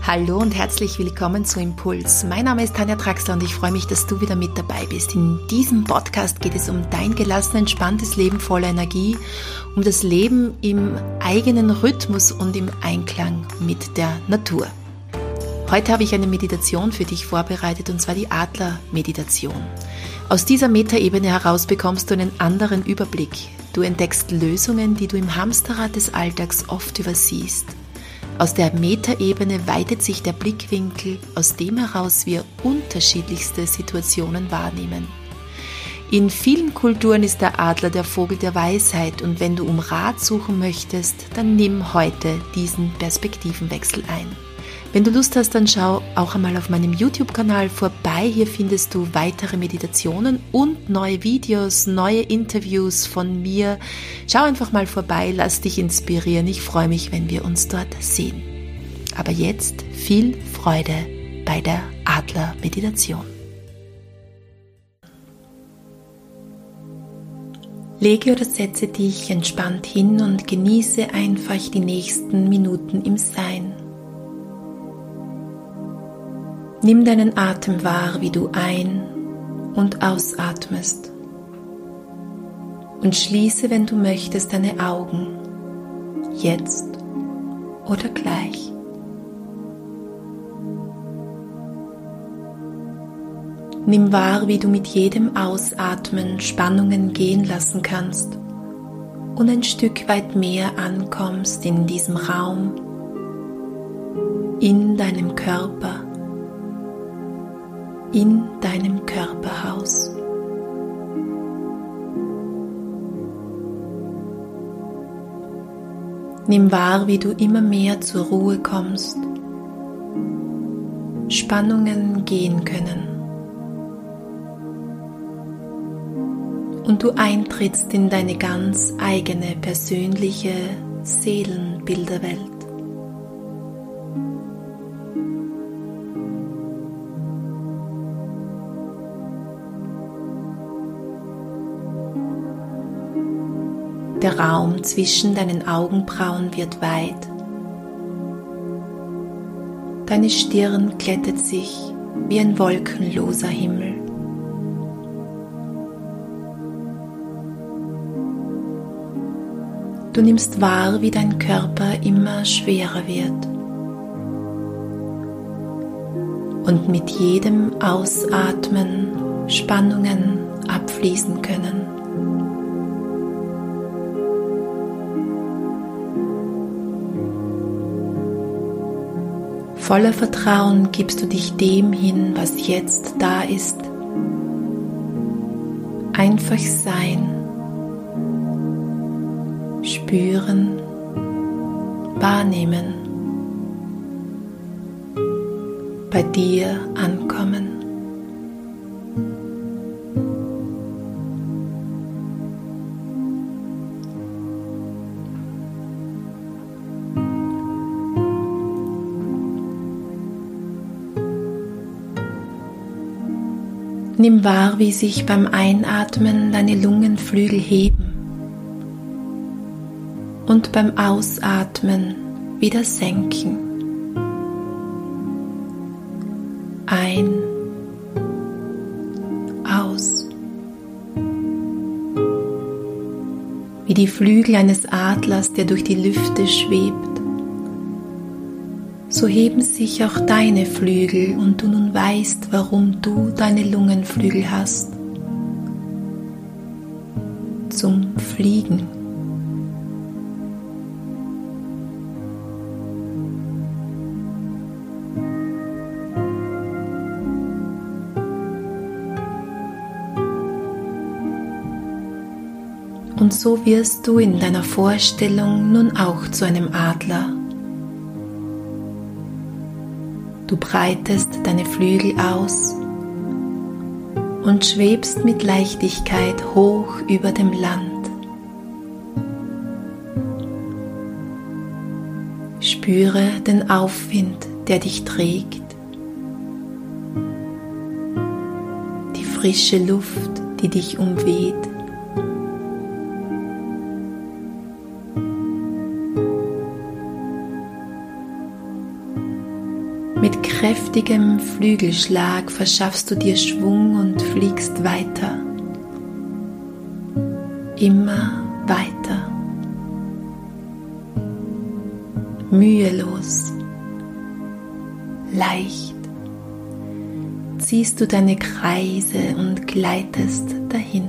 Hallo und herzlich willkommen zu Impuls. Mein Name ist Tanja Traxler und ich freue mich, dass du wieder mit dabei bist. In diesem Podcast geht es um dein gelassen, entspanntes Leben voller Energie, um das Leben im eigenen Rhythmus und im Einklang mit der Natur. Heute habe ich eine Meditation für dich vorbereitet und zwar die Adler-Meditation. Aus dieser Metaebene heraus bekommst du einen anderen Überblick. Du entdeckst Lösungen, die du im Hamsterrad des Alltags oft übersiehst. Aus der Metaebene weitet sich der Blickwinkel, aus dem heraus wir unterschiedlichste Situationen wahrnehmen. In vielen Kulturen ist der Adler der Vogel der Weisheit und wenn du um Rat suchen möchtest, dann nimm heute diesen Perspektivenwechsel ein. Wenn du Lust hast, dann schau auch einmal auf meinem YouTube-Kanal vorbei. Hier findest du weitere Meditationen und neue Videos, neue Interviews von mir. Schau einfach mal vorbei, lass dich inspirieren. Ich freue mich, wenn wir uns dort sehen. Aber jetzt viel Freude bei der Adler-Meditation. Lege oder setze dich entspannt hin und genieße einfach die nächsten Minuten im Sein. Nimm deinen Atem wahr, wie du ein- und ausatmest. Und schließe, wenn du möchtest, deine Augen, jetzt oder gleich. Nimm wahr, wie du mit jedem Ausatmen Spannungen gehen lassen kannst und ein Stück weit mehr ankommst in diesem Raum, in deinem Körper, in deinem Körperhaus. Nimm wahr, wie du immer mehr zur Ruhe kommst, Spannungen gehen können und du eintrittst in deine ganz eigene persönliche Seelenbilderwelt. Der Raum zwischen deinen Augenbrauen wird weit. Deine Stirn glättet sich wie ein wolkenloser Himmel. Du nimmst wahr, wie dein Körper immer schwerer wird. Und mit jedem Ausatmen Spannungen abfließen können. Voller Vertrauen gibst du dich dem hin, was jetzt da ist. Einfach sein, spüren, wahrnehmen, bei dir ankommen. Nimm wahr, wie sich beim Einatmen deine Lungenflügel heben und beim Ausatmen wieder senken. Ein, aus. Wie die Flügel eines Adlers, der durch die Lüfte schwebt. So heben sich auch deine Flügel und du nun weißt, warum du deine Lungenflügel hast. Zum Fliegen. Und so wirst du in deiner Vorstellung nun auch zu einem Adler. Du breitest deine Flügel aus und schwebst mit Leichtigkeit hoch über dem Land. Spüre den Aufwind, der dich trägt, die frische Luft, die dich umweht. Mit kräftigem Flügelschlag verschaffst du dir Schwung und fliegst weiter. Immer weiter. Mühelos. Leicht. Ziehst du deine Kreise und gleitest dahin.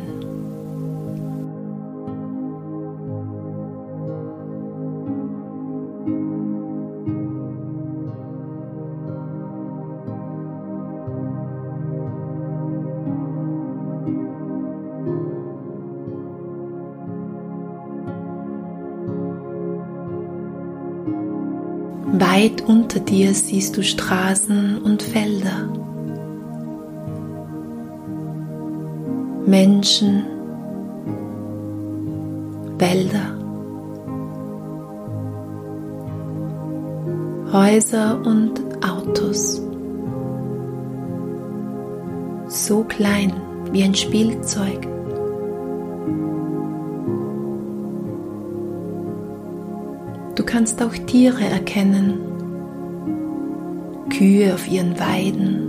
Weit unter dir siehst du Straßen und Felder, Menschen, Wälder, Häuser und Autos, so klein wie ein Spielzeug. Du kannst auch Tiere erkennen, Kühe auf ihren Weiden,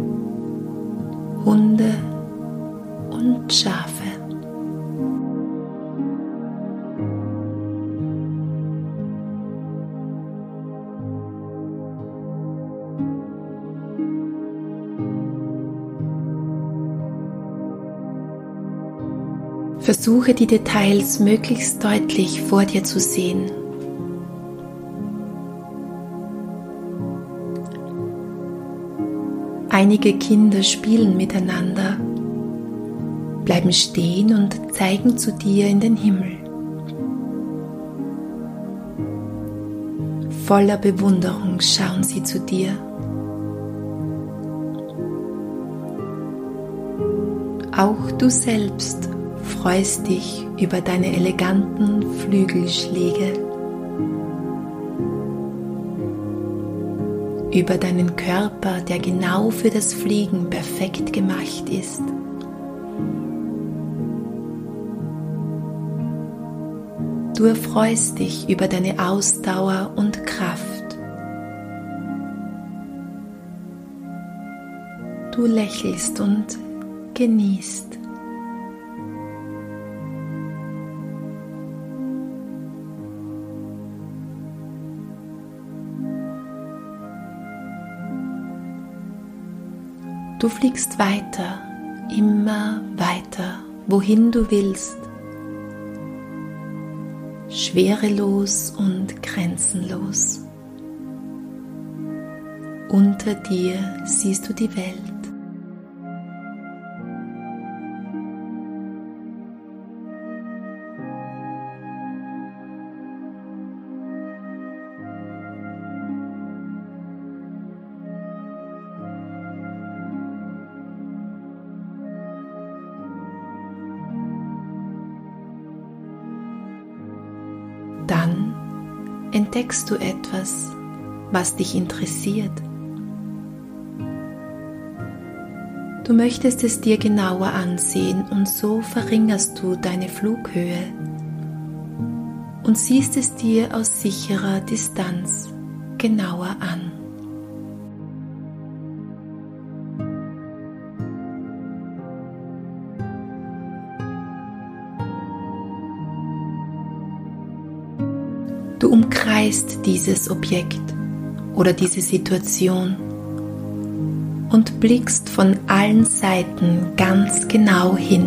Hunde und Schafe. Versuche die Details möglichst deutlich vor dir zu sehen. Einige Kinder spielen miteinander, bleiben stehen und zeigen zu dir in den Himmel. Voller Bewunderung schauen sie zu dir. Auch du selbst freust dich über deine eleganten Flügelschläge, über deinen Körper, der genau für das Fliegen perfekt gemacht ist. Du erfreust dich über deine Ausdauer und Kraft. Du lächelst und genießt. Du fliegst weiter, immer weiter, wohin du willst. Schwerelos und grenzenlos. Unter dir siehst du die Welt. Dann entdeckst du etwas, was dich interessiert. Du möchtest es dir genauer ansehen und so verringerst du deine Flughöhe und siehst es dir aus sicherer Distanz genauer an. Du umkreist dieses Objekt oder diese Situation und blickst von allen Seiten ganz genau hin.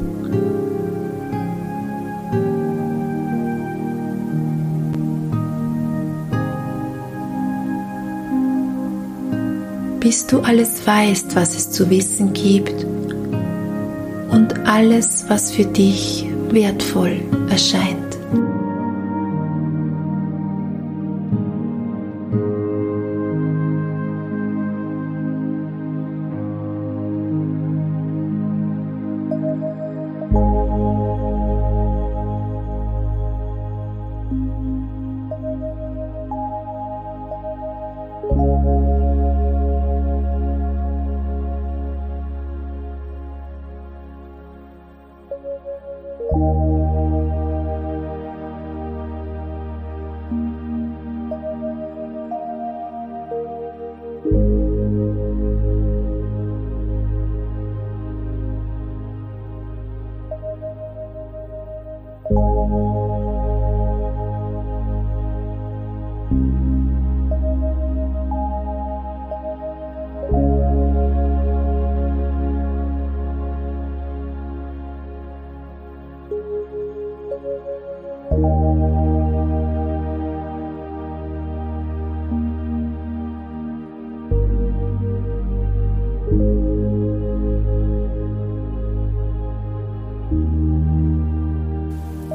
Bis du alles weißt, was es zu wissen gibt und alles, was für dich wertvoll erscheint.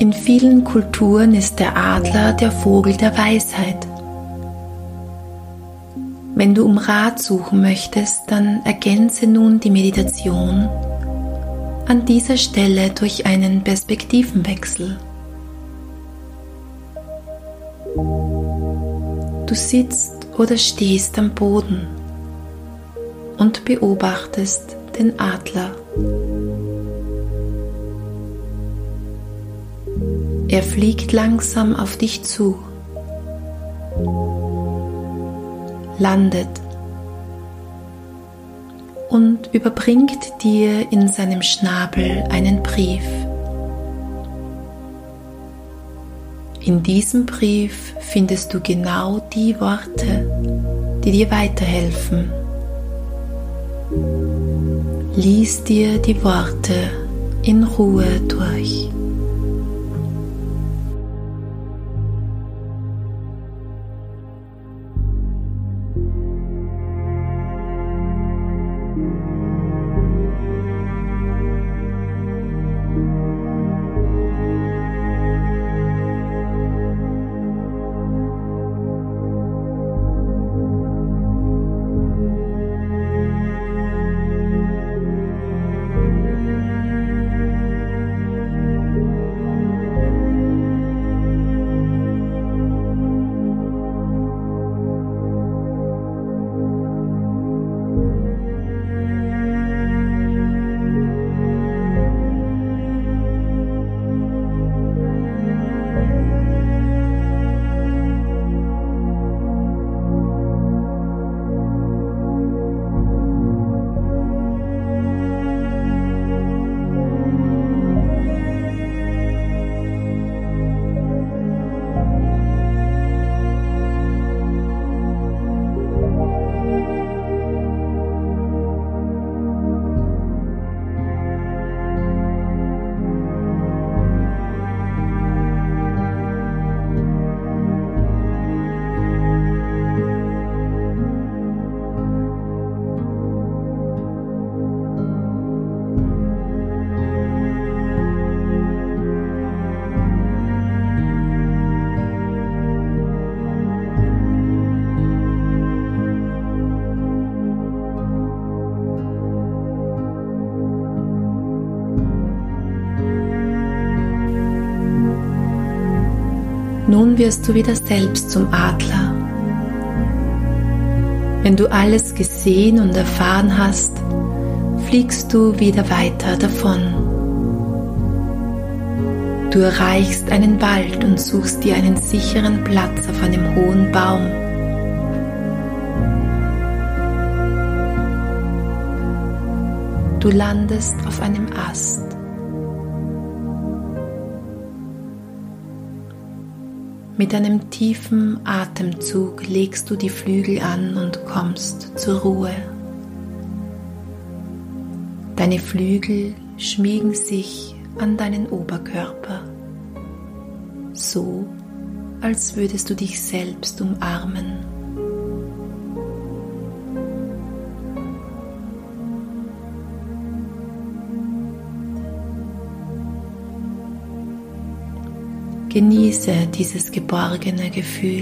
In vielen Kulturen ist der Adler der Vogel der Weisheit. Wenn du um Rat suchen möchtest, dann ergänze nun die Meditation an dieser Stelle durch einen Perspektivenwechsel. Du sitzt oder stehst am Boden und beobachtest den Adler. Er fliegt langsam auf dich zu, landet und überbringt dir in seinem Schnabel einen Brief. In diesem Brief findest du genau die Worte, die dir weiterhelfen. Lies dir die Worte in Ruhe durch. Nun wirst du wieder selbst zum Adler. Wenn du alles gesehen und erfahren hast, fliegst du wieder weiter davon. Du erreichst einen Wald und suchst dir einen sicheren Platz auf einem hohen Baum. Du landest auf einem Ast. Mit einem tiefen Atemzug legst du die Flügel an und kommst zur Ruhe. Deine Flügel schmiegen sich an deinen Oberkörper, so als würdest du dich selbst umarmen. Genieße dieses geborgene Gefühl.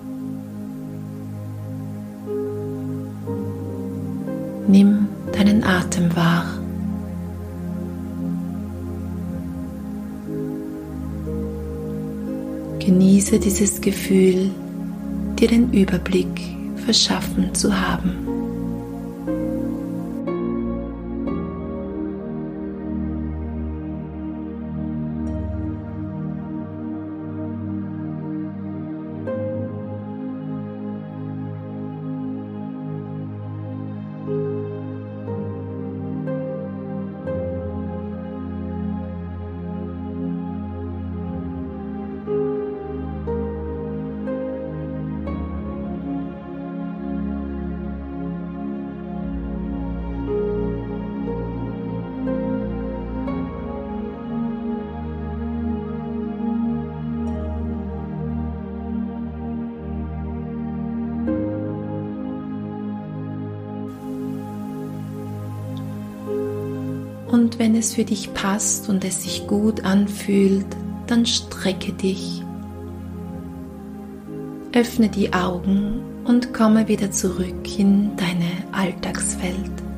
Nimm deinen Atem wahr. Genieße dieses Gefühl, dir den Überblick verschaffen zu haben. Und wenn es für dich passt und es sich gut anfühlt, dann strecke dich, öffne die Augen und komme wieder zurück in deine Alltagswelt.